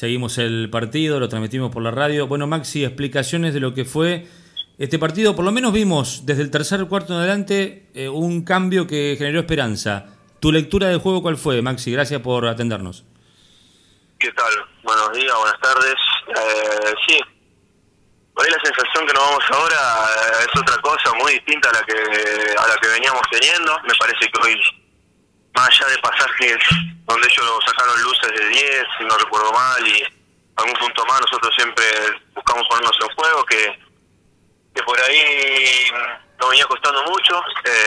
seguimos el partido, lo transmitimos por la radio. Bueno, Maxi, explicaciones de lo que fue este partido. Por lo menos vimos desde el tercer cuarto en adelante un cambio que generó esperanza. ¿Tu lectura del juego cuál fue, Maxi? Gracias por atendernos. ¿Qué tal? Buenos días, buenas tardes. Sí, por ahí la sensación que nos vamos ahora es otra cosa muy distinta a la que veníamos teniendo. Me parece que hoy, más allá de pasajes donde ellos sacaron luces de 10, si no recuerdo mal, y algún punto más, nosotros siempre buscamos ponernos en juego, que por ahí nos venía costando mucho.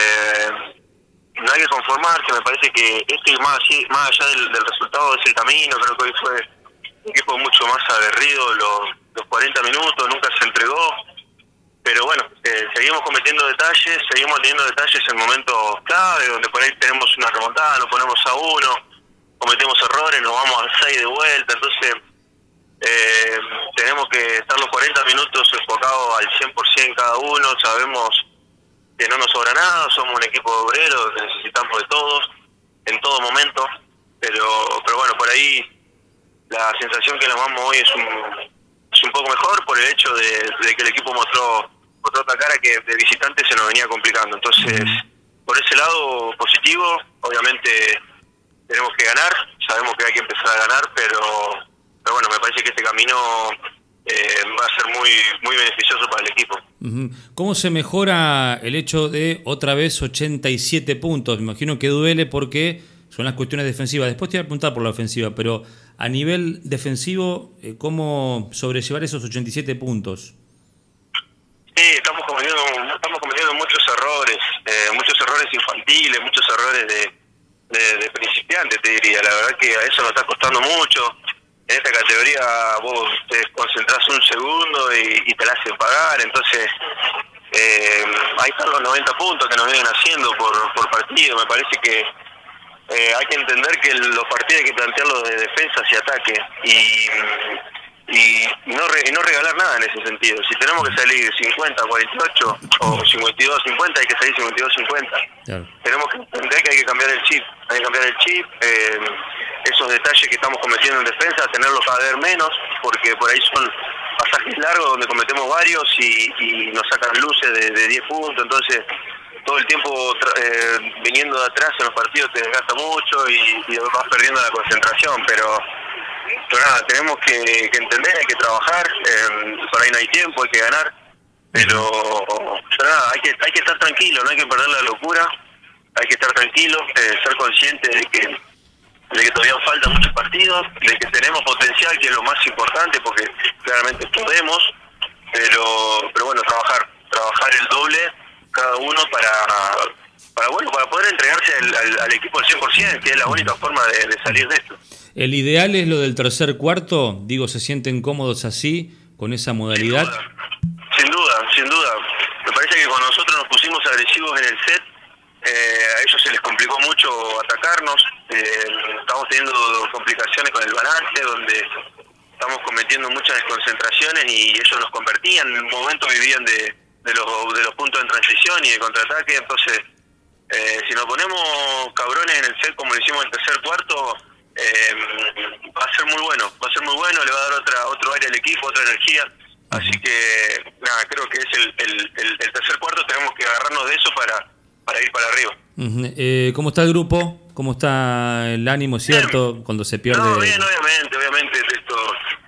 No hay que conformarse, me parece que más allá del resultado es el camino. Creo que hoy fue un equipo mucho más aguerrido, los 40 minutos, nunca se entregó, pero bueno, seguimos cometiendo detalles, seguimos teniendo detalles en momentos clave, donde por ahí tenemos una remontada, nos ponemos a 1, cometemos errores, nos vamos a 6 de vuelta, entonces tenemos que estar los 40 minutos enfocados al 100% cada uno. Sabemos que no nos sobra nada, somos un equipo de obreros, necesitamos de todos, en todo momento, pero bueno, por ahí la sensación que nos vamos hoy es un poco mejor por el hecho de que el equipo mostró otra cara que de visitante se nos venía complicando. Entonces, por ese lado positivo, obviamente tenemos que ganar, sabemos que hay que empezar a ganar, pero bueno, me parece que este camino va a ser muy beneficioso para el equipo. ¿Cómo se mejora el hecho de otra vez 87 puntos? Me imagino que duele porque son las cuestiones defensivas. Después te voy a preguntar por la ofensiva, pero a nivel defensivo, ¿cómo sobrellevar esos 87 puntos? Sí, estamos cometiendo muchos errores infantiles, muchos errores de principiantes, te diría. La verdad que a eso nos está costando mucho. En esta categoría vos te concentrás un segundo y te la hacen pagar, entonces ahí están los 90 puntos que nos vienen haciendo por partido. Me parece que hay que entender que los partidos hay que plantearlos de defensa hacia ataque y no regalar nada en ese sentido. Si tenemos que salir 50-48 o 52-50, hay que salir 52-50. Claro. Tenemos que entender que hay que cambiar el chip. Esos detalles que estamos cometiendo en defensa, tenerlos cada vez menos, porque por ahí son pasajes largos donde cometemos varios y nos sacan luces de 10 puntos. Entonces, todo el tiempo viniendo de atrás en los partidos te desgasta mucho y vas perdiendo la concentración, pero nada, tenemos que entender, hay que trabajar, por ahí no hay tiempo, hay que ganar, pero nada, hay que estar tranquilo, no hay que perder la locura, hay que estar tranquilo, ser consciente de que todavía faltan muchos partidos, de que tenemos potencial, que es lo más importante, porque claramente podemos, pero bueno, trabajar el doble cada uno para poder entregarse al equipo al 100%, que es la única forma de salir de esto. ¿El ideal es lo del tercer cuarto? Digo, ¿se sienten cómodos así, con esa modalidad? Sin duda. Me parece que cuando nosotros nos pusimos agresivos en el set, a ellos se les complicó mucho atacarnos. Estamos teniendo complicaciones con el balance, donde estamos cometiendo muchas desconcentraciones y ellos nos convertían. En un momento vivían de los puntos en transición y de contraataque. Entonces, si nos ponemos cabrones en el set como lo hicimos en el tercer cuarto, va a ser muy bueno, le va a dar otro aire al equipo, otra energía. Así que nada, creo que es el tercer cuarto, tenemos que agarrarnos de eso para ir para arriba. ¿Cómo está el grupo? ¿Cómo está el ánimo, cierto, bien, cuando se pierde? No, bien, obviamente esto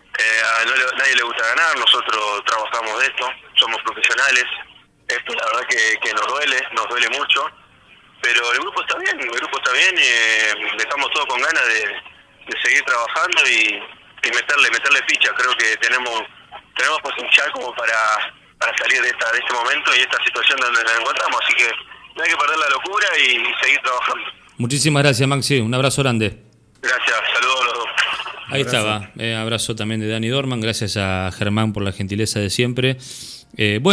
a nadie le gusta ganar, nosotros trabajamos de esto, somos profesionales, esto la verdad que nos duele mucho, pero el grupo está bien, estamos todos con ganas de seguir trabajando y meterle ficha. Creo que tenemos potencial como para salir de este momento y esta situación donde nos encontramos, así que no hay que perder la locura y seguir trabajando. Muchísimas gracias, Maxi, un abrazo grande. Gracias, saludos a los dos. Ahí estaba, abrazo también de Dani Dorman, gracias a Germán por la gentileza de siempre. Bueno.